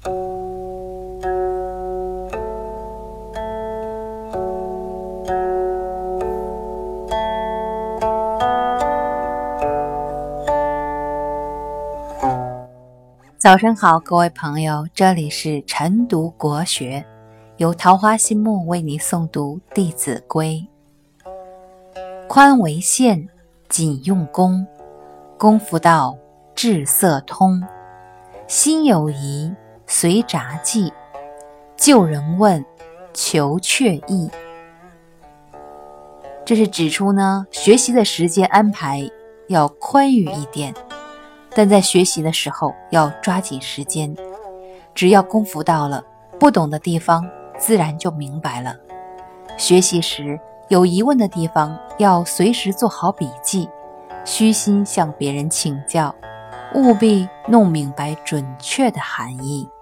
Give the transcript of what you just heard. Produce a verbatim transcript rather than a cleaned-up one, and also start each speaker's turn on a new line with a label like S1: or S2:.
S1: 早上好，各位朋友，这里是晨读国学，由桃花心木为你诵读《弟子规》。宽为限，谨用功，功夫到，志色通。心有疑，随札记，就人问，求确意。这是指出呢，学习的时间安排要宽裕一点，但在学习的时候要抓紧时间，只要功夫到了，不懂的地方自然就明白了。学习时有疑问的地方要随时做好笔记，虚心向别人请教，务必弄明白准确的含义。